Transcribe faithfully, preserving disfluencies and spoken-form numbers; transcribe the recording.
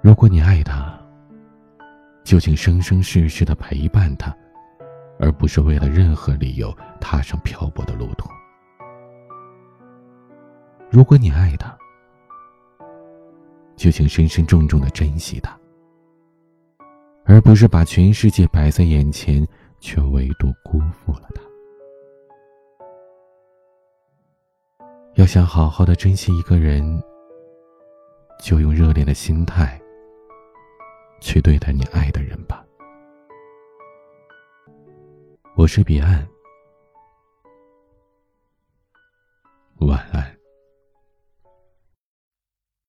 如果你爱他，就请生生世世地陪伴他，而不是为了任何理由踏上漂泊的路途。如果你爱他，就请深深重重地珍惜他，而不是把全世界摆在眼前，却唯独辜负了他。要想好好的珍惜一个人，就用热烈的心态去对待你爱的人吧。我是彼岸，